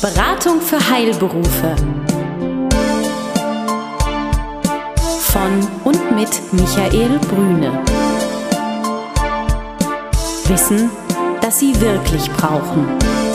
Beratung für Heilberufe. Von und mit Michael Brüne. Wissen, das Sie wirklich brauchen.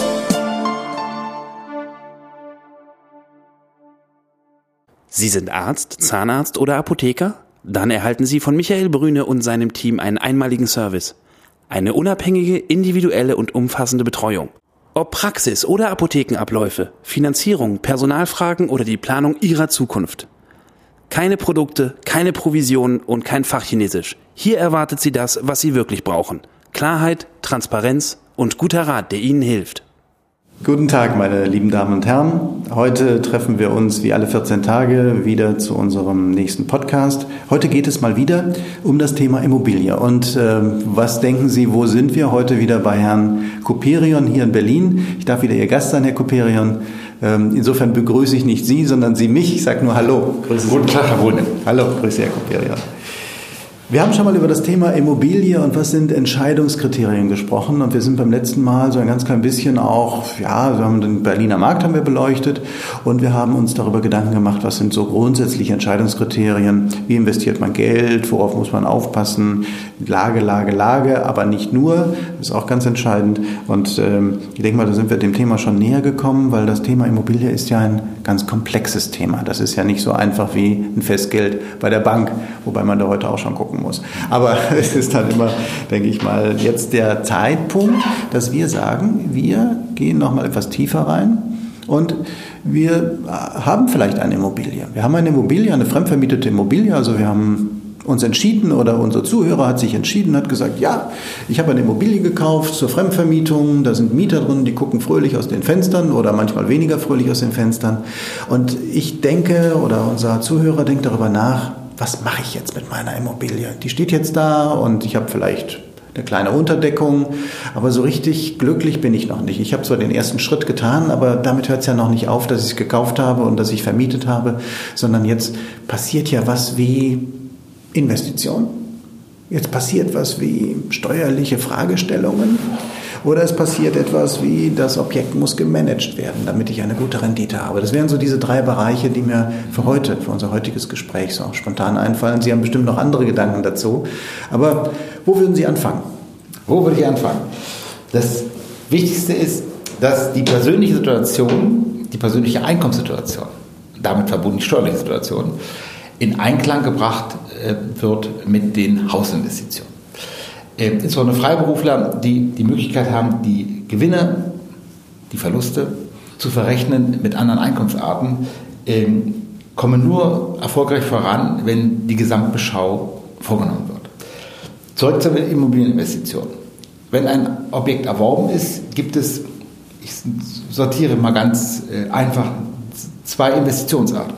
Sie sind Arzt, Zahnarzt oder Apotheker? Dann erhalten Sie von Michael Brüne und seinem Team einen einmaligen Service. Eine unabhängige, individuelle und umfassende Betreuung. Ob Praxis- oder Apothekenabläufe, Finanzierung, Personalfragen oder die Planung Ihrer Zukunft. Keine Produkte, keine Provisionen und kein Fachchinesisch. Hier erwartet Sie das, was Sie wirklich brauchen. Klarheit, Transparenz und guter Rat, der Ihnen hilft. Guten Tag, meine lieben Damen und Herren. Heute treffen wir uns wie alle 14 Tage wieder zu unserem nächsten Podcast. Heute geht es mal wieder um das Thema Immobilie. Und was denken Sie, wo sind wir? Heute wieder bei Herrn Koperion hier in Berlin. Ich darf wieder Ihr Gast sein, Herr Koperion. Insofern begrüße ich nicht Sie, sondern Sie mich. Ich sage nur Hallo. Guten Tag, Herr Brüne. Hallo, grüße Herr Koperion. Wir haben schon mal über das Thema Immobilie und was sind Entscheidungskriterien gesprochen und wir sind beim letzten Mal so ein ganz klein bisschen auch, wir haben den Berliner Markt haben wir beleuchtet und wir haben uns darüber Gedanken gemacht, was sind so grundsätzliche Entscheidungskriterien, wie investiert man Geld, worauf muss man aufpassen, Lage, aber nicht nur, das ist auch ganz entscheidend und ich denke mal, da sind wir dem Thema schon näher gekommen, weil das Thema Immobilie ist ja ein ganz komplexes Thema. Das ist ja nicht so einfach wie ein Festgeld bei der Bank, wobei man da heute auch schon gucken muss. Aber es ist dann immer, denke ich mal, jetzt der Zeitpunkt, dass wir sagen, wir gehen noch mal etwas tiefer rein und wir haben vielleicht eine Immobilie. Wir haben eine Immobilie, eine fremdvermietete Immobilie, also wir haben uns entschieden oder unser Zuhörer hat sich entschieden, hat gesagt, ja, ich habe eine Immobilie gekauft zur Fremdvermietung, da sind Mieter drin, die gucken fröhlich aus den Fenstern oder manchmal weniger fröhlich aus den Fenstern und ich denke oder unser Zuhörer denkt darüber nach, was mache ich jetzt mit meiner Immobilie? Die steht jetzt da und ich habe vielleicht eine kleine Unterdeckung, aber so richtig glücklich bin ich noch nicht. Ich habe zwar den ersten Schritt getan, aber damit hört es ja noch nicht auf, dass ich es gekauft habe und dass ich vermietet habe, sondern jetzt passiert ja was wie Investition. Jetzt passiert was wie steuerliche Fragestellungen oder es passiert etwas wie, das Objekt muss gemanagt werden, damit ich eine gute Rendite habe. Das wären so diese 3 Bereiche, die mir für unser heutiges Gespräch so spontan einfallen. Sie haben bestimmt noch andere Gedanken dazu. Aber wo würden Sie anfangen? Wo würde ich anfangen? Das Wichtigste ist, dass die persönliche Situation, die persönliche Einkommenssituation, damit verbunden die steuerliche Situation, in Einklang gebracht wird mit den Hausinvestitionen. Insbesondere Freiberufler, die die Möglichkeit haben, die Gewinne, die Verluste zu verrechnen mit anderen Einkommensarten, kommen nur erfolgreich voran, wenn die Gesamtbeschau vorgenommen wird. Zurück zur Immobilieninvestition. Wenn ein Objekt erworben ist, gibt es, ich sortiere mal ganz einfach, 2 Investitionsarten.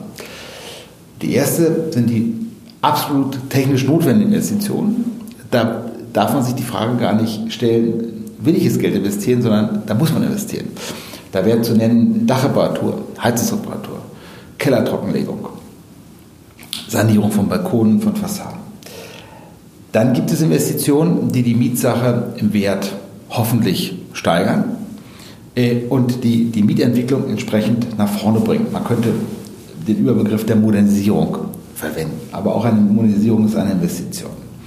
Die erste sind die absolut technisch notwendigen Investitionen. Da darf man sich die Frage gar nicht stellen, will ich das Geld investieren, sondern da muss man investieren. Da wäre zu nennen Dachreparatur, Heizungsreparatur, Kellertrockenlegung, Sanierung von Balkonen, von Fassaden. Dann gibt es Investitionen, die die Mietsache im Wert hoffentlich steigern und die Mietentwicklung entsprechend nach vorne bringen. Man könnte den Überbegriff der Modernisierung verwenden, aber auch eine Modernisierung ist eine Investition.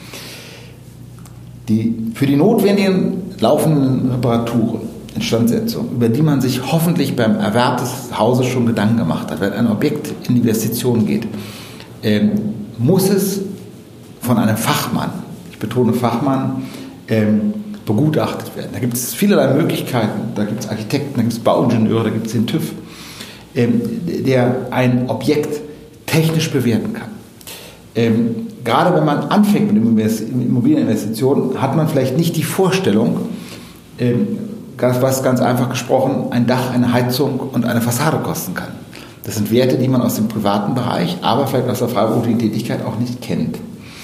Für die notwendigen laufenden Reparaturen, Instandsetzung, über die man sich hoffentlich beim Erwerb des Hauses schon Gedanken gemacht hat, wenn ein Objekt in Investition geht, muss es von einem Fachmann, ich betone Fachmann, begutachtet werden. Da gibt es vielerlei Möglichkeiten, da gibt es Architekten, da gibt es Bauingenieure, da gibt es den TÜV, der ein Objekt technisch bewerten kann. Gerade wenn man anfängt mit Immobilieninvestitionen, hat man vielleicht nicht die Vorstellung, was ganz einfach gesprochen ein Dach, eine Heizung und eine Fassade kosten kann. Das sind Werte, die man aus dem privaten Bereich, aber vielleicht aus der freiberuflichen Tätigkeit auch nicht kennt.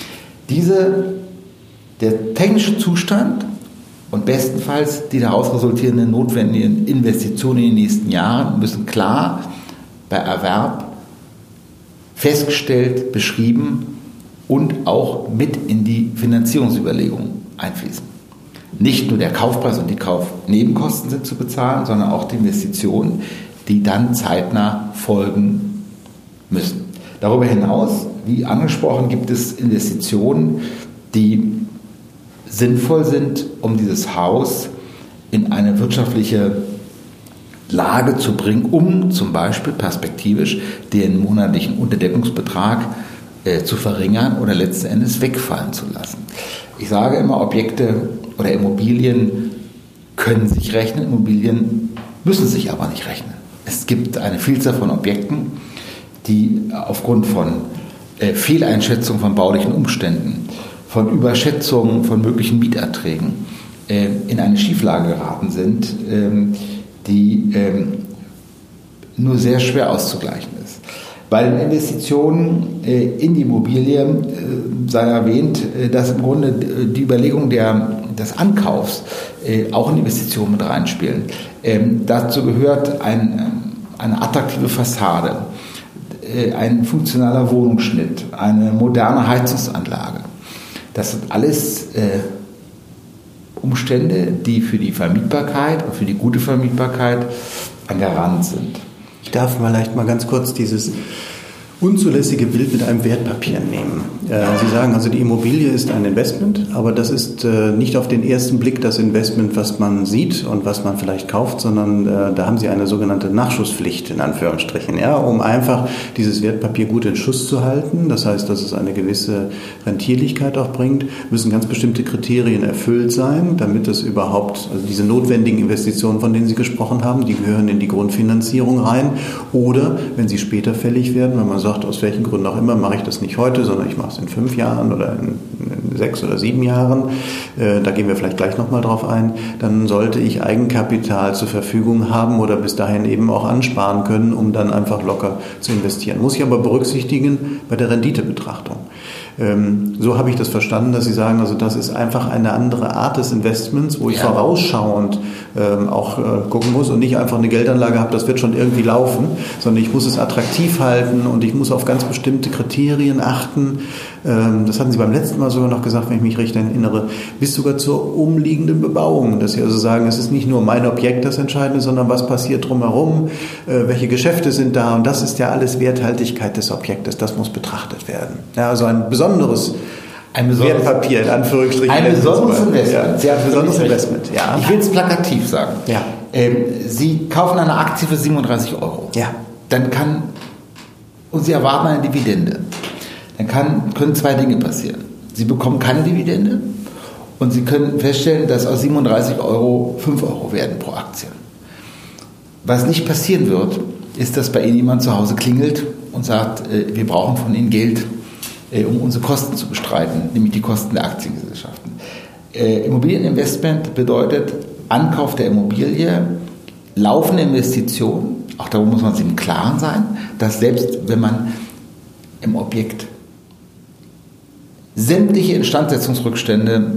Der technische Zustand und bestenfalls die daraus resultierenden notwendigen Investitionen in den nächsten Jahren müssen klar bei Erwerb festgestellt, beschrieben und auch mit in die Finanzierungsüberlegungen einfließen. Nicht nur der Kaufpreis und die Kaufnebenkosten sind zu bezahlen, sondern auch die Investitionen, die dann zeitnah folgen müssen. Darüber hinaus, wie angesprochen, gibt es Investitionen, die sinnvoll sind, um dieses Haus in eine wirtschaftliche Lage zu bringen, um zum Beispiel perspektivisch den monatlichen Unterdeckungsbetrag zu verringern oder letzten Endes wegfallen zu lassen. Ich sage immer, Objekte oder Immobilien können sich rechnen, Immobilien müssen sich aber nicht rechnen. Es gibt eine Vielzahl von Objekten, die aufgrund von Fehleinschätzung von baulichen Umständen, von Überschätzungen von möglichen Mieterträgen in eine Schieflage geraten sind, die nur sehr schwer auszugleichen ist. Bei den Investitionen in die Immobilie sei erwähnt, dass im Grunde die Überlegung des Ankaufs auch in Investitionen mit reinspielen. Dazu gehört eine attraktive Fassade, ein funktionaler Wohnungsschnitt, eine moderne Heizungsanlage. Das sind alles Umstände, die für die Vermietbarkeit und für die gute Vermietbarkeit ein Garant sind. Ich darf vielleicht mal ganz kurz dieses unzulässige Bild mit einem Wertpapier nehmen. Sie sagen also, die Immobilie ist ein Investment, aber das ist nicht auf den ersten Blick das Investment, was man sieht und was man vielleicht kauft, sondern da haben Sie eine sogenannte Nachschusspflicht in Anführungsstrichen, ja, um einfach dieses Wertpapier gut in Schuss zu halten. Das heißt, dass es eine gewisse Rentierlichkeit auch bringt, müssen ganz bestimmte Kriterien erfüllt sein, damit es überhaupt, also diese notwendigen Investitionen, von denen Sie gesprochen haben, die gehören in die Grundfinanzierung rein. Oder wenn sie später fällig werden, wenn man sagt, aus welchen Gründen auch immer, mache ich das nicht heute, sondern ich mache es in 5 Jahren oder in 6 oder 7 Jahren, da gehen wir vielleicht gleich nochmal drauf ein, dann sollte ich Eigenkapital zur Verfügung haben oder bis dahin eben auch ansparen können, um dann einfach locker zu investieren. Muss ich aber berücksichtigen bei der Renditebetrachtung. So habe ich das verstanden, dass Sie sagen, also das ist einfach eine andere Art des Investments, wo ich vorausschauend auch gucken muss und nicht einfach eine Geldanlage habe, das wird schon irgendwie laufen, sondern ich muss es attraktiv halten und ich muss auf ganz bestimmte Kriterien achten. Das hatten Sie beim letzten Mal sogar noch gesagt, wenn ich mich recht erinnere, bis sogar zur umliegenden Bebauung, dass Sie also sagen, es ist nicht nur mein Objekt das Entscheidende, sondern was passiert drumherum, welche Geschäfte sind da, und das ist ja alles Werthaltigkeit des Objektes, das muss betrachtet werden. Ja, also ein besonderes Wertpapier in Anführungsstrichen. Ein besonderes Investment. Ja, ein besonderes Investment. Ja. Ich will es plakativ sagen. Ja. Sie kaufen eine Aktie für 37 €. Ja. Und Sie erwarten eine Dividende. Dann können 2 Dinge passieren. Sie bekommen keine Dividende und Sie können feststellen, dass aus 37 € 5 € werden pro Aktie. Was nicht passieren wird, ist, dass bei Ihnen jemand zu Hause klingelt und sagt, wir brauchen von Ihnen Geld, um unsere Kosten zu bestreiten, nämlich die Kosten der Aktiengesellschaften. Immobilieninvestment bedeutet Ankauf der Immobilie, laufende Investitionen, auch darüber muss man sich im Klaren sein, dass selbst wenn man im Objekt sämtliche Instandsetzungsrückstände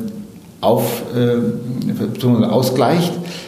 ausgleicht,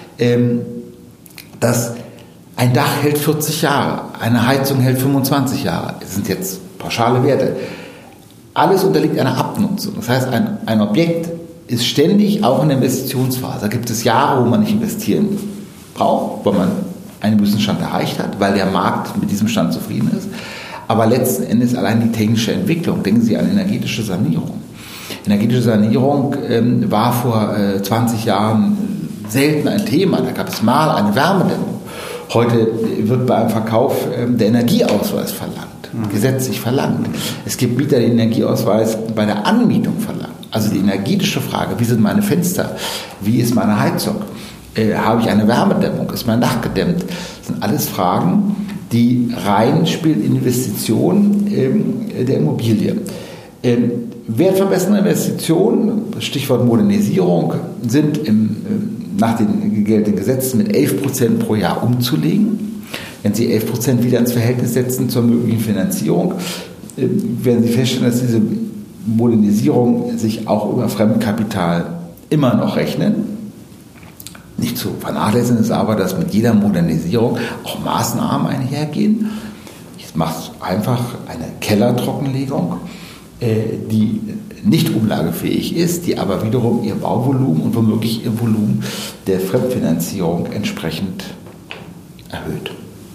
dass ein Dach hält 40 Jahre, eine Heizung hält 25 Jahre. Das sind jetzt pauschale Werte. Alles unterliegt einer Abnutzung. Das heißt, ein Objekt ist ständig auch in der Investitionsphase. Da gibt es Jahre, wo man nicht investieren braucht, weil man einen gewissen Stand erreicht hat, weil der Markt mit diesem Stand zufrieden ist. Aber letzten Endes allein die technische Entwicklung. Denken Sie an energetische Sanierung. Energetische Sanierung war vor 20 Jahren selten ein Thema. Da gab es mal eine Wärmedämmung. Heute wird bei einem Verkauf der Energieausweis verlangt, gesetzlich verlangt. Es gibt Mieter, die den Energieausweis bei der Anmietung verlangen. Also die energetische Frage, wie sind meine Fenster, wie ist meine Heizung, habe ich eine Wärmedämmung, ist mein Dach gedämmt? Das sind alles Fragen, die reinspielen in Investitionen der Immobilie. Wertverbessernde Investitionen, Stichwort Modernisierung, sind nach den geltenden Gesetzen mit 11% pro Jahr umzulegen. Wenn Sie 11% wieder ins Verhältnis setzen zur möglichen Finanzierung, werden Sie feststellen, dass diese Modernisierung sich auch über Fremdkapital immer noch rechnen. Nicht zu vernachlässigen ist aber, dass mit jeder Modernisierung auch Maßnahmen einhergehen. Ich mache einfach eine Kellertrockenlegung, die nicht umlagefähig ist, die aber wiederum ihr Bauvolumen und womöglich ihr Volumen der Fremdfinanzierung entsprechend erhöht.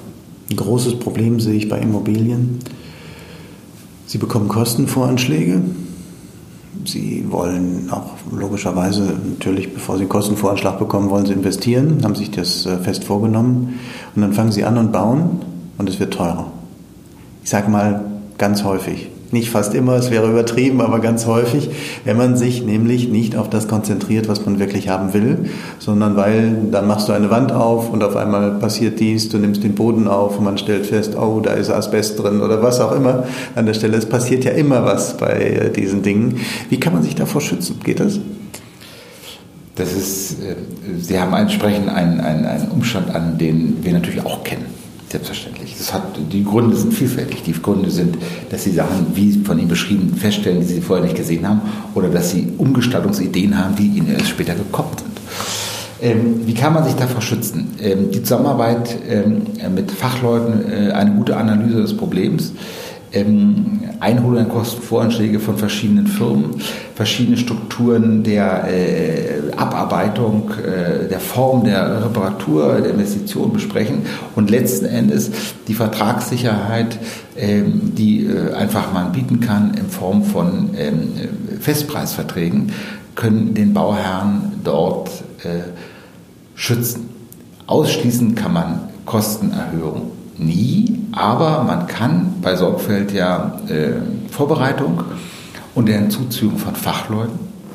Ein großes Problem sehe ich bei Immobilien. Sie bekommen Kostenvoranschläge. Sie wollen auch logischerweise natürlich, bevor Sie einen Kostenvoranschlag bekommen, wollen Sie investieren, haben sich das fest vorgenommen. Und dann fangen Sie an und bauen und es wird teurer. Ich sage mal ganz häufig. Nicht fast immer, es wäre übertrieben, aber ganz häufig, wenn man sich nämlich nicht auf das konzentriert, was man wirklich haben will, sondern weil dann machst du eine Wand auf und auf einmal passiert dies, du nimmst den Boden auf und man stellt fest, oh, da ist Asbest drin oder was auch immer an der Stelle. Es passiert ja immer was bei diesen Dingen. Wie kann man sich davor schützen? Geht das? Das ist, Sie haben entsprechend einen Umstand an, den wir natürlich auch kennen. Selbstverständlich. Die Gründe sind vielfältig. Die Gründe sind, dass Sie Sachen, wie von Ihnen beschrieben, feststellen, die Sie vorher nicht gesehen haben, oder dass Sie Umgestaltungsideen haben, die Ihnen erst später gekommen sind. Wie kann man sich davor schützen? Die Zusammenarbeit mit Fachleuten, eine gute Analyse des Problems, Einholen an Kostenvoranschläge von verschiedenen Firmen, verschiedene Strukturen der Abarbeitung, der Form der Reparatur, der Investition besprechen und letzten Endes die Vertragssicherheit, die einfach man bieten kann in Form von Festpreisverträgen, können den Bauherrn dort schützen. Ausschließen kann man Kostenerhöhungen nie, aber man kann bei sorgfältiger Vorbereitung und der Hinzuziehung von Fachleuten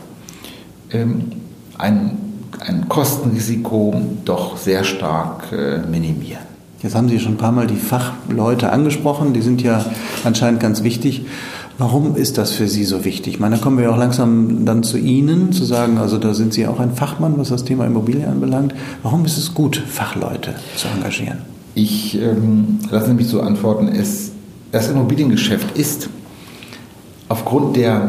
ein Kostenrisiko doch sehr stark minimieren. Jetzt haben Sie schon ein paar Mal die Fachleute angesprochen, die sind ja anscheinend ganz wichtig. Warum ist das für Sie so wichtig? Ich meine, da kommen wir auch langsam dann zu Ihnen, zu sagen, also da sind Sie auch ein Fachmann, was das Thema Immobilie anbelangt. Warum ist es gut, Fachleute zu engagieren? Ich lasse mich so antworten, das Immobiliengeschäft ist aufgrund der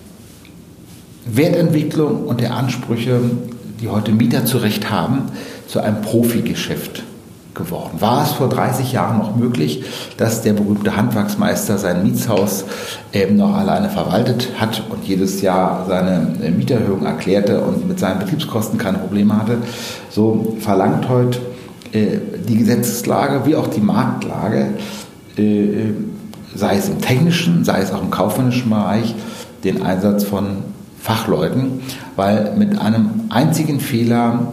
Wertentwicklung und der Ansprüche, die heute Mieter zu Recht haben, zu einem Profigeschäft geworden. War es vor 30 Jahren noch möglich, dass der berühmte Handwerksmeister sein Mietshaus noch alleine verwaltet hat und jedes Jahr seine Mieterhöhung erklärte und mit seinen Betriebskosten keine Probleme hatte, so verlangt heute die Gesetzeslage wie auch die Marktlage, sei es im technischen, sei es auch im kaufmännischen Bereich, den Einsatz von Fachleuten, weil mit einem einzigen Fehler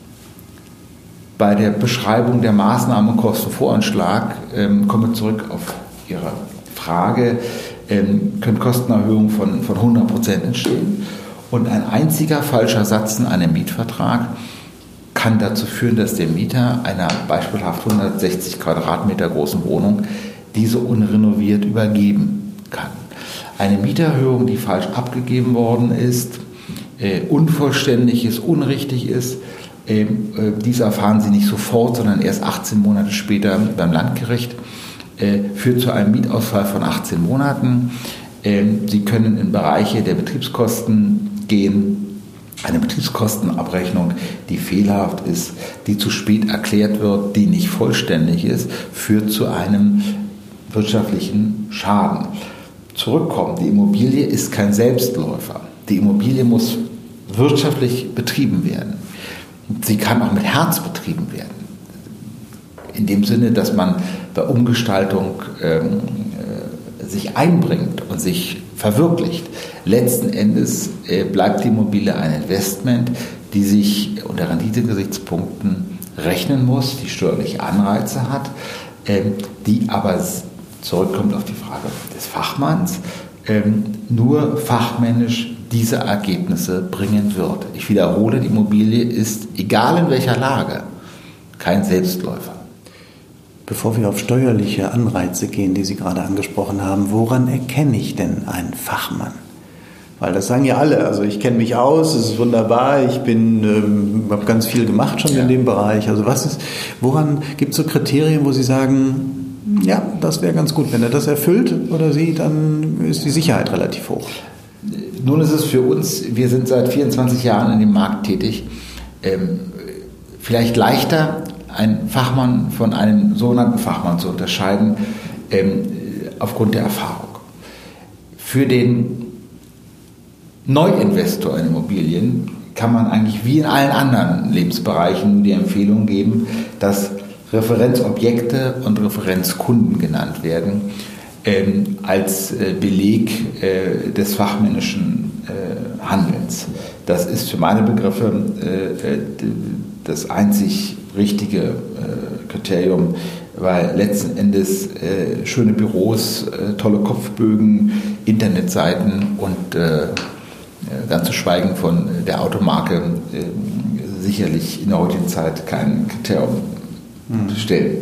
bei der Beschreibung der Maßnahme und Kostenvoranschlag, kommen wir zurück auf Ihre Frage, können Kostenerhöhungen von 100% entstehen und ein einziger falscher Satz in einem Mietvertrag kann dazu führen, dass der Mieter einer beispielhaft 160 Quadratmeter großen Wohnung diese unrenoviert übergeben kann. Eine Mieterhöhung, die falsch abgegeben worden ist, unvollständig ist, unrichtig ist, dies erfahren Sie nicht sofort, sondern erst 18 Monate später beim Landgericht, führt zu einem Mietausfall von 18 Monaten. Sie können in Bereiche der Betriebskosten gehen. Eine Betriebskostenabrechnung, die fehlerhaft ist, die zu spät erklärt wird, die nicht vollständig ist, führt zu einem wirtschaftlichen Schaden. Zurückkommen, die Immobilie ist kein Selbstläufer. Die Immobilie muss wirtschaftlich betrieben werden. Sie kann auch mit Herz betrieben werden. In dem Sinne, dass man bei Umgestaltung sich einbringt und sich verwirklicht. Letzten Endes bleibt die Immobilie ein Investment, die sich unter Renditegesichtspunkten rechnen muss, die steuerliche Anreize hat, die aber, zurückkommt auf die Frage des Fachmanns, nur fachmännisch diese Ergebnisse bringen wird. Ich wiederhole, die Immobilie ist, egal in welcher Lage, kein Selbstläufer. Bevor wir auf steuerliche Anreize gehen, die Sie gerade angesprochen haben, woran erkenne ich denn einen Fachmann? Weil das sagen ja alle, also ich kenne mich aus, es ist wunderbar, ich habe ganz viel gemacht schon in dem Bereich. Also woran gibt es so Kriterien, wo Sie sagen, ja, das wäre ganz gut, wenn er das erfüllt oder sie, dann ist die Sicherheit relativ hoch. Nun ist es für uns, wir sind seit 24 Jahren in dem Markt tätig, vielleicht leichter, einen Fachmann von einem sogenannten Fachmann zu unterscheiden, aufgrund der Erfahrung. Für den Neuinvestor in Immobilien kann man eigentlich wie in allen anderen Lebensbereichen die Empfehlung geben, das Referenzobjekte und Referenzkunden genannt werden, als Beleg des fachmännischen Handelns. Das ist für meine Begriffe das einzig richtige Kriterium, weil letzten Endes schöne Büros, tolle Kopfbögen, Internetseiten und ganz zu schweigen von der Automarke sicherlich in der heutigen Zeit kein Kriterium stellen.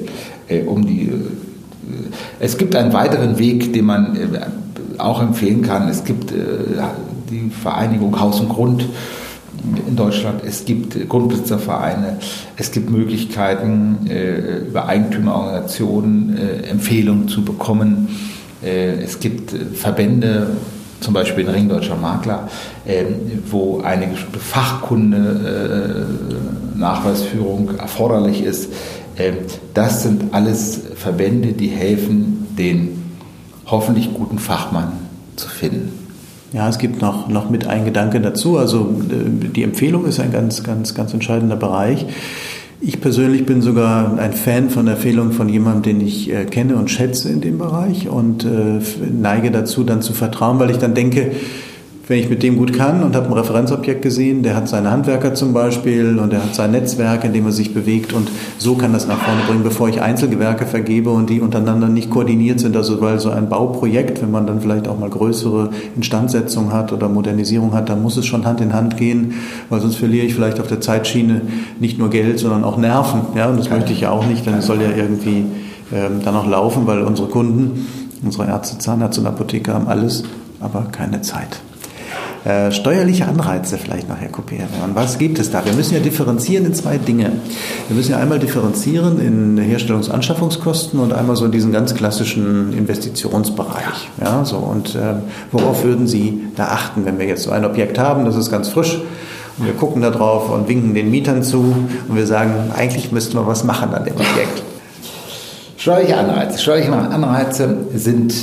Es gibt einen weiteren Weg, den man auch empfehlen kann. Es gibt die Vereinigung Haus und Grund in Deutschland. Es gibt Grundbesitzervereine. Es gibt Möglichkeiten, über Eigentümerorganisationen Empfehlungen zu bekommen. Es gibt Verbände, zum Beispiel den Ring Deutscher Makler, wo eine bestimmte Fachkunde Nachweisführung erforderlich ist. Das sind alles Verbände, die helfen, den hoffentlich guten Fachmann zu finden. Ja, es gibt noch mit ein Gedanke dazu. Also die Empfehlung ist ein ganz entscheidender Bereich. Ich persönlich bin sogar ein Fan von der Empfehlung von jemandem, den ich kenne und schätze in dem Bereich und neige dazu, dann zu vertrauen, weil ich dann denke, wenn ich mit dem gut kann und habe ein Referenzobjekt gesehen, der hat seine Handwerker zum Beispiel und der hat sein Netzwerk, in dem er sich bewegt und so kann das nach vorne bringen, bevor ich Einzelgewerke vergebe und die untereinander nicht koordiniert sind. Also weil so ein Bauprojekt, wenn man dann vielleicht auch mal größere Instandsetzung hat oder Modernisierung hat, dann muss es schon Hand in Hand gehen, weil sonst verliere ich vielleicht auf der Zeitschiene nicht nur Geld, sondern auch Nerven. Ja, und das möchte ich ja auch nicht, denn es soll ja irgendwie dann auch laufen, weil unsere Kunden, unsere Ärzte, Zahnärzte und Apotheker haben alles, aber keine Zeit. Steuerliche Anreize vielleicht noch, Herr Koper. Was gibt es da? Wir müssen ja differenzieren in zwei Dinge. Wir müssen ja einmal differenzieren in Herstellungsanschaffungskosten und einmal so in diesen ganz klassischen Investitionsbereich. Ja, so. Und worauf würden Sie da achten, wenn wir jetzt so ein Objekt haben, das ist ganz frisch und wir gucken da drauf und winken den Mietern zu und wir sagen, eigentlich müssten wir was machen an dem Objekt. Steuerliche Anreize. Steuerliche Anreize sind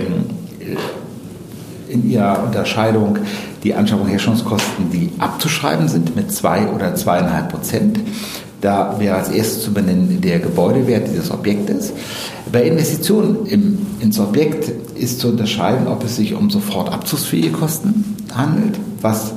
in ihrer Unterscheidung die Anschaffung Herstellungskosten, die abzuschreiben sind mit 2 oder 2,5%. Da wäre als erstes zu benennen der Gebäudewert dieses Objektes. Bei Investitionen ins Objekt ist zu unterscheiden, ob es sich um sofort abzugsfähige Kosten handelt, was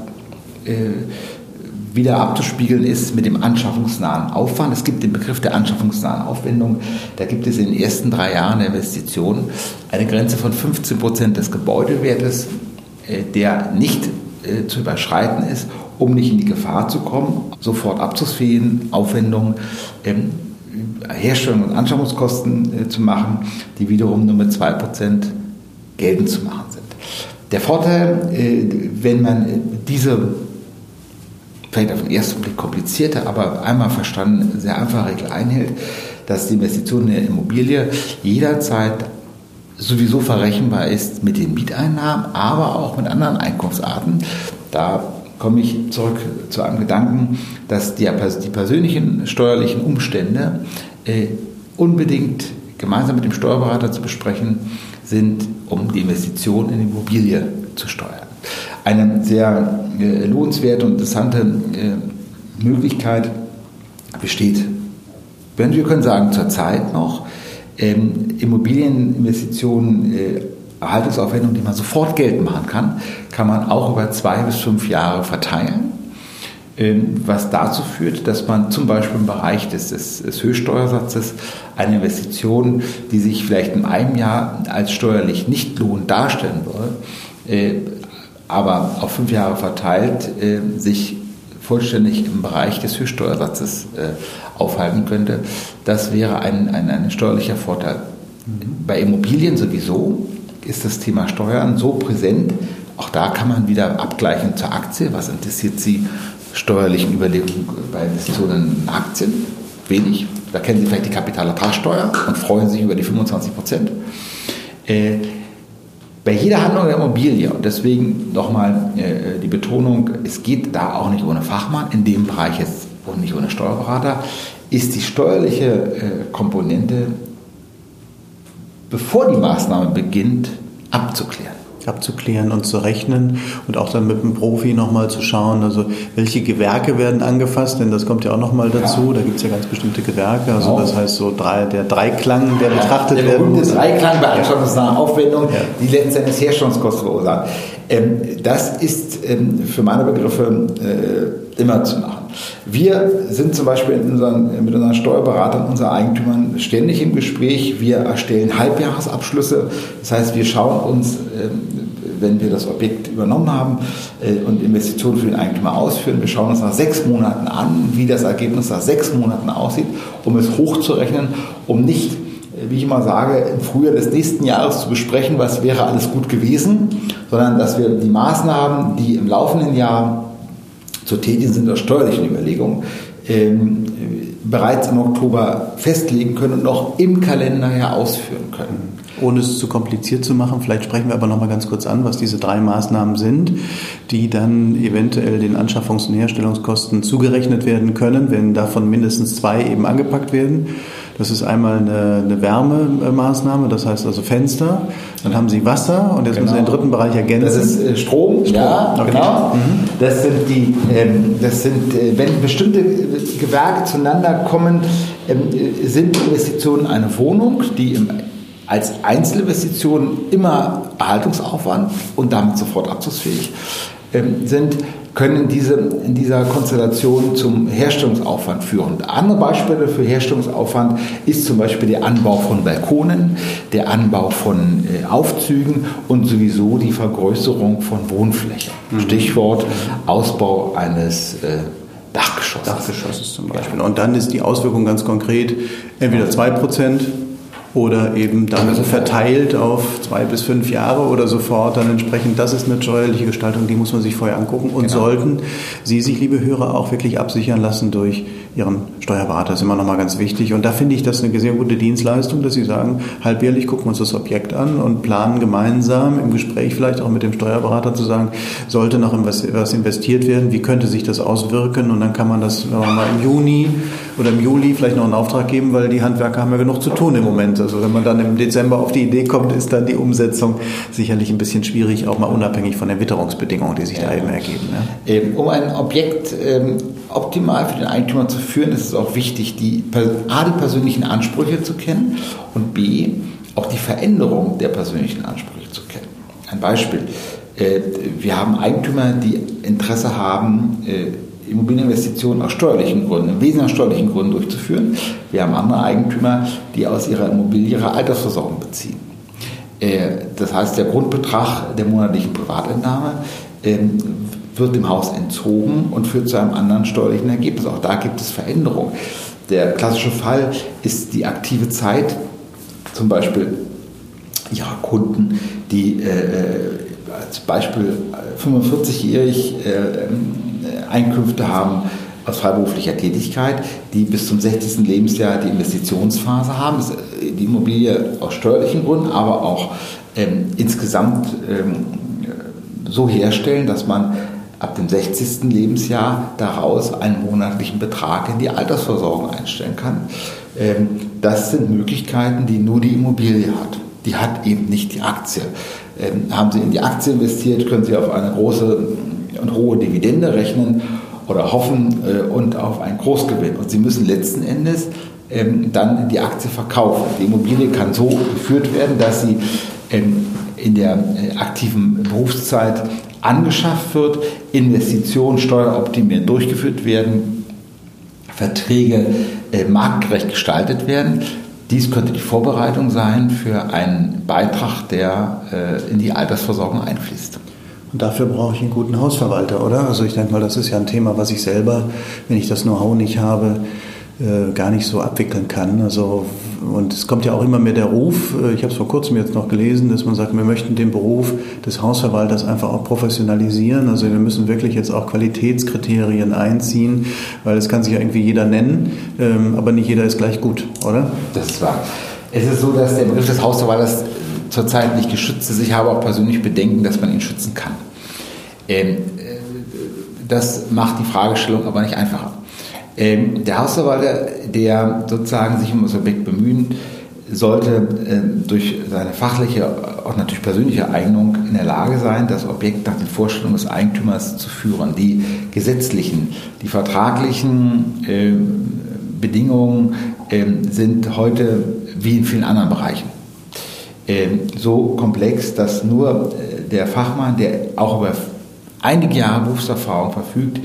wieder abzuspiegeln ist mit dem anschaffungsnahen Aufwand. Es gibt den Begriff der anschaffungsnahen Aufwendung. Da gibt es in den ersten 3 Jahren der Investition eine Grenze von 15% des Gebäudewertes, der nicht zu überschreiten ist, um nicht in die Gefahr zu kommen, sofort abzugsfähigen Aufwendungen Herstellung und Anschaffungskosten zu machen, die wiederum nur mit 2% geltend zu machen sind. Der Vorteil, wenn man diese vielleicht auf den ersten Blick komplizierte, aber einmal verstanden sehr einfache Regel einhält, dass die Investition in der Immobilie jederzeit sowieso verrechenbar ist mit den Mieteinnahmen, aber auch mit anderen Einkunftsarten. Da komme ich zurück zu einem Gedanken, dass die persönlichen steuerlichen Umstände unbedingt gemeinsam mit dem Steuerberater zu besprechen sind, um die Investition in die Immobilie zu steuern. Eine sehr lohnenswerte und interessante Möglichkeit besteht, wir können sagen, zurzeit noch, Immobilieninvestitionen, Erhaltungsaufwendungen, die man sofort geltend machen kann man auch über 2 bis 5 Jahre verteilen, was dazu führt, dass man zum Beispiel im Bereich des Höchststeuersatzes eine Investition, die sich vielleicht in einem Jahr als steuerlich nicht lohnend darstellen würde, aber auf 5 Jahre verteilt sich vollständig im Bereich des Höchststeuersatzes aufhalten könnte. Das wäre ein steuerlicher Vorteil. Bei Immobilien sowieso ist das Thema Steuern so präsent, auch da kann man wieder abgleichen zur Aktie. Was interessiert Sie steuerlichen Überlegungen bei Investitionen in Aktien? Wenig. Da kennen Sie vielleicht die Kapitalertragssteuer und freuen sich über die 25%. Bei jeder Handlung der Immobilie, und deswegen nochmal die Betonung, es geht da auch nicht ohne Fachmann, in dem Bereich jetzt und nicht ohne Steuerberater, ist die steuerliche Komponente, bevor die Maßnahme beginnt, abzuklären. wirklich abzuklären und zu rechnen und auch dann mit dem Profi nochmal zu schauen, also welche Gewerke werden angefasst, denn das kommt ja auch nochmal dazu, da gibt es ja ganz bestimmte Gewerke, also das heißt so der Dreiklang, der betrachtet werden muss. Der Dreiklang bei anschauungsnaher Aufwendung, die letztendlich Herstellungskosten verursachen. Das ist für meine Begriffe immer zu machen. Wir sind zum Beispiel mit unseren Steuerberatern, unseren Eigentümern ständig im Gespräch. Wir erstellen Halbjahresabschlüsse. Das heißt, wir schauen uns, wenn wir das Objekt übernommen haben und Investitionen für den Eigentümer ausführen, wir schauen uns nach 6 Monaten an, wie das Ergebnis nach 6 Monaten aussieht, um es hochzurechnen, um nicht, wie ich immer sage, im Frühjahr des nächsten Jahres zu besprechen, was wäre alles gut gewesen, sondern dass wir die Maßnahmen, die im laufenden Jahr zu tätigen sind, aus steuerlichen Überlegungen, bereits im Oktober festlegen können und noch im Kalenderjahr ausführen können. Ohne es zu kompliziert zu machen, vielleicht sprechen wir aber noch mal ganz kurz an, was diese 3 Maßnahmen sind, die dann eventuell den Anschaffungs- und Herstellungskosten zugerechnet werden können, wenn davon mindestens 2 eben angepackt werden. Das ist einmal eine Wärmemaßnahme, das heißt also Fenster. Dann haben Sie Wasser und jetzt müssen Sie den dritten Bereich ergänzen. Das ist Strom. Ja, okay. Genau. Das sind wenn bestimmte Gewerke zueinander kommen, sind Investitionen eine Wohnung, die als Einzelinvestition immer Erhaltungsaufwand und damit sofort abzugsfähig sind, können in dieser Konstellation zum Herstellungsaufwand führen. Andere Beispiele für Herstellungsaufwand ist zum Beispiel der Anbau von Balkonen, der Anbau von Aufzügen und sowieso die Vergrößerung von Wohnflächen. Stichwort Ausbau eines Dachgeschosses zum Beispiel. Und dann ist die Auswirkung ganz konkret entweder 2% oder eben dann verteilt auf 2 bis 5 Jahre oder sofort dann entsprechend. Das ist eine steuerliche Gestaltung, die muss man sich vorher angucken und sollten Sie sich, liebe Hörer, auch wirklich absichern lassen durch Ihren Steuerberater. Das ist immer noch mal ganz wichtig und da finde ich das eine sehr gute Dienstleistung, dass Sie sagen, halbjährlich gucken wir uns das Objekt an und planen gemeinsam im Gespräch vielleicht auch mit dem Steuerberater zu sagen, sollte noch was investiert werden, wie könnte sich das auswirken und dann kann man das mal im Juni oder im Juli vielleicht noch einen Auftrag geben, weil die Handwerker haben ja genug zu tun im Moment. Also wenn man dann im Dezember auf die Idee kommt, ist dann die Umsetzung sicherlich ein bisschen schwierig, auch mal unabhängig von den Witterungsbedingungen, die sich da eben ergeben. Ne? Um ein Objekt optimal für den Eigentümer zu führen, ist es auch wichtig, die persönlichen Ansprüche zu kennen und B, auch die Veränderung der persönlichen Ansprüche zu kennen. Ein Beispiel. Wir haben Eigentümer, die Interesse haben, Immobilieninvestitionen aus steuerlichen Gründen, im Wesentlichen aus steuerlichen Gründen durchzuführen. Wir haben andere Eigentümer, die aus ihrer Immobilie ihre Altersversorgung beziehen. Das heißt, der Grundbetrag der monatlichen Privatentnahme wird dem Haus entzogen und führt zu einem anderen steuerlichen Ergebnis. Auch da gibt es Veränderungen. Der klassische Fall ist die aktive Zeit, zum Beispiel ihrer Kunden, die als Beispiel 45-jährig Einkünfte haben aus freiberuflicher Tätigkeit, die bis zum 60. Lebensjahr die Investitionsphase haben, die Immobilie aus steuerlichen Gründen, aber auch insgesamt so herstellen, dass man ab dem 60. Lebensjahr daraus einen monatlichen Betrag in die Altersversorgung einstellen kann. Das sind Möglichkeiten, die nur die Immobilie hat. Die hat eben nicht die Aktie. Haben Sie in die Aktie investiert, können Sie auf eine große und hohe Dividende rechnen oder hoffen und auf einen Großgewinn. Und Sie müssen letzten Endes dann die Aktie verkaufen. Die Immobilie kann so geführt werden, dass sie in der aktiven Berufszeit angeschafft wird, Investitionen steueroptimiert durchgeführt werden, Verträge marktgerecht gestaltet werden. Dies könnte die Vorbereitung sein für einen Beitrag, der in die Altersversorgung einfließt. Und dafür brauche ich einen guten Hausverwalter, oder? Also ich denke mal, das ist ja ein Thema, was ich selber, wenn ich das Know-how nicht habe, gar nicht so abwickeln kann. Also, und es kommt ja auch immer mehr der Ruf, ich habe es vor kurzem jetzt noch gelesen, dass man sagt, wir möchten den Beruf des Hausverwalters einfach auch professionalisieren. Also wir müssen wirklich jetzt auch Qualitätskriterien einziehen, weil es kann sich ja irgendwie jeder nennen, aber nicht jeder ist gleich gut, oder? Das ist wahr. Es ist so, dass der Begriff des Hausverwalters zurzeit nicht geschützt ist. Ich habe auch persönlich Bedenken, dass man ihn schützen kann. Das macht die Fragestellung aber nicht einfacher. Der Hausverwalter, der sozusagen sich um das Objekt bemühen sollte durch seine fachliche, auch natürlich persönliche Eignung in der Lage sein, das Objekt nach den Vorstellungen des Eigentümers zu führen. Die gesetzlichen, die vertraglichen Bedingungen sind heute wie in vielen anderen Bereichen so komplex, dass nur der Fachmann, der auch über einige Jahre Berufserfahrung verfügt,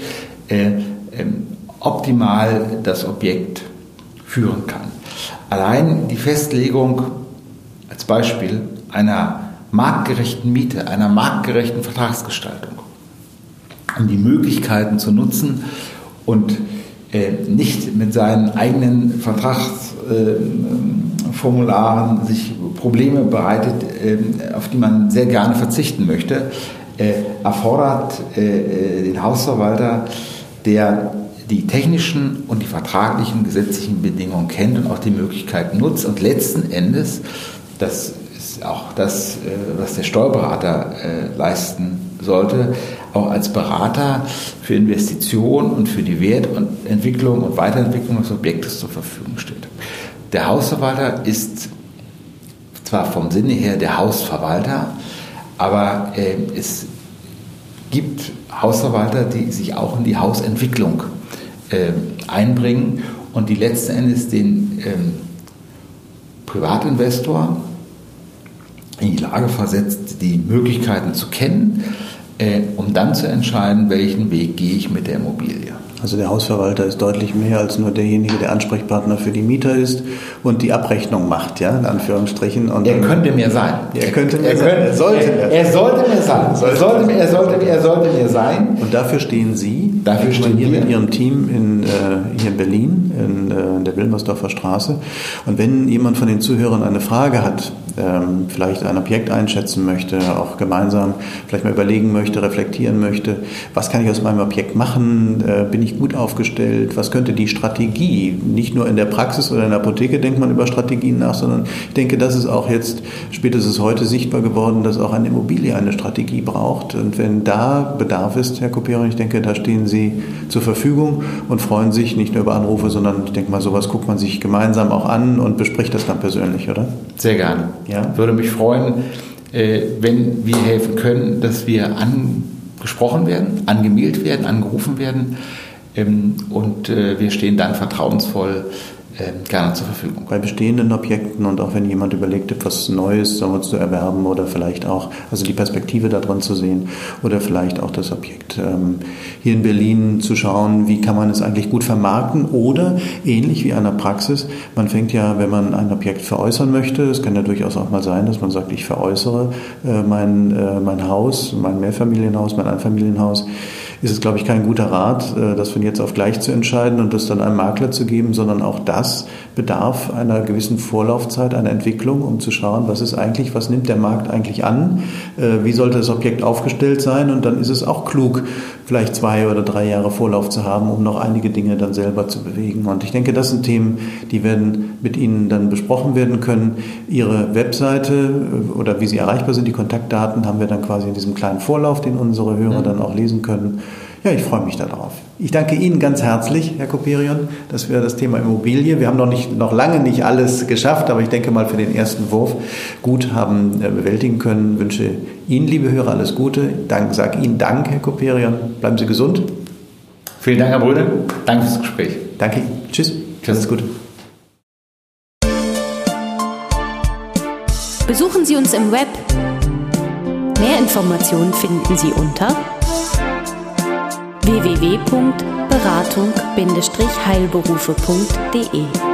optimal das Objekt führen kann. Allein die Festlegung als Beispiel einer marktgerechten Miete, einer marktgerechten Vertragsgestaltung, um die Möglichkeiten zu nutzen und nicht mit seinen eigenen Vertragsformularen sich Probleme bereitet, auf die man sehr gerne verzichten möchte, erfordert den Hausverwalter, der die technischen und die vertraglichen gesetzlichen Bedingungen kennt und auch die Möglichkeiten nutzt und letzten Endes, das ist auch das, was der Steuerberater leisten sollte, auch als Berater für Investitionen und für die Wertentwicklung und Weiterentwicklung des Objektes zur Verfügung steht. Der Hausverwalter ist zwar vom Sinne her der Hausverwalter, aber es gibt Hausverwalter, die sich auch in die Hausentwicklung einbringen und die letzten Endes den Privatinvestor in die Lage versetzt, die Möglichkeiten zu kennen, um dann zu entscheiden, welchen Weg gehe ich mit der Immobilie. Also der Hausverwalter ist deutlich mehr als nur derjenige, der Ansprechpartner für die Mieter ist und die Abrechnung macht, ja, in Anführungsstrichen. Und er könnte mehr sein. Er könnte mehr sein. Er sollte mehr sein. Er sollte mehr sein. Und dafür stehen Sie. Dafür stehen hier wir mit Ihrem Team hier in Berlin, in der Wilmersdorfer Straße. Und wenn jemand von den Zuhörern eine Frage hat, vielleicht ein Objekt einschätzen möchte, auch gemeinsam vielleicht mal überlegen möchte, reflektieren möchte, was kann ich aus meinem Objekt machen, bin ich gut aufgestellt, was könnte die Strategie, nicht nur in der Praxis oder in der Apotheke denkt man über Strategien nach, sondern ich denke, das ist auch jetzt, spätestens heute sichtbar geworden, dass auch eine Immobilie eine Strategie braucht. Und wenn da Bedarf ist, Herr Koperion, ich denke, da stehen Sie zur Verfügung und freuen sich nicht nur über Anrufe, sondern ich denke mal, sowas guckt man sich gemeinsam auch an und bespricht das dann persönlich, oder? Sehr gerne. Ja? Würde mich freuen, wenn wir helfen können, dass wir angesprochen werden, angemeldet werden, angerufen werden und wir stehen dann vertrauensvoll gerne zur Verfügung. Bei bestehenden Objekten und auch wenn jemand überlegt, etwas Neues zu erwerben oder vielleicht auch, also die Perspektive da drin zu sehen oder vielleicht auch das Objekt hier in Berlin zu schauen, wie kann man es eigentlich gut vermarkten oder ähnlich wie einer Praxis, man fängt ja, wenn man ein Objekt veräußern möchte, es kann ja durchaus auch mal sein, dass man sagt, ich veräußere mein Haus, mein Mehrfamilienhaus, mein Einfamilienhaus, ist es, glaube ich, kein guter Rat, das von jetzt auf gleich zu entscheiden und das dann einem Makler zu geben, sondern auch das bedarf einer gewissen Vorlaufzeit, einer Entwicklung, um zu schauen, was nimmt der Markt eigentlich an, wie sollte das Objekt aufgestellt sein und dann ist es auch klug, vielleicht 2 oder 3 Jahre Vorlauf zu haben, um noch einige Dinge dann selber zu bewegen. Und ich denke, das sind Themen, die werden mit Ihnen dann besprochen werden können. Ihre Webseite oder wie Sie erreichbar sind, die Kontaktdaten haben wir dann quasi in diesem kleinen Vorlauf, den unsere Hörer dann auch lesen können. Ja, ich freue mich darauf. Ich danke Ihnen ganz herzlich, Herr Koperion. Das wäre das Thema Immobilie. Wir haben noch lange nicht alles geschafft, aber ich denke mal für den ersten Wurf gut haben bewältigen können. Ich wünsche Ihnen, liebe Hörer, alles Gute. Sage Ihnen Dank, Herr Koperion. Bleiben Sie gesund. Vielen Dank, Herr Brüne. Danke fürs Gespräch. Danke Ihnen. Tschüss. Alles Gute. Besuchen Sie uns im Web. Mehr Informationen finden Sie unter www.beratung-heilberufe.de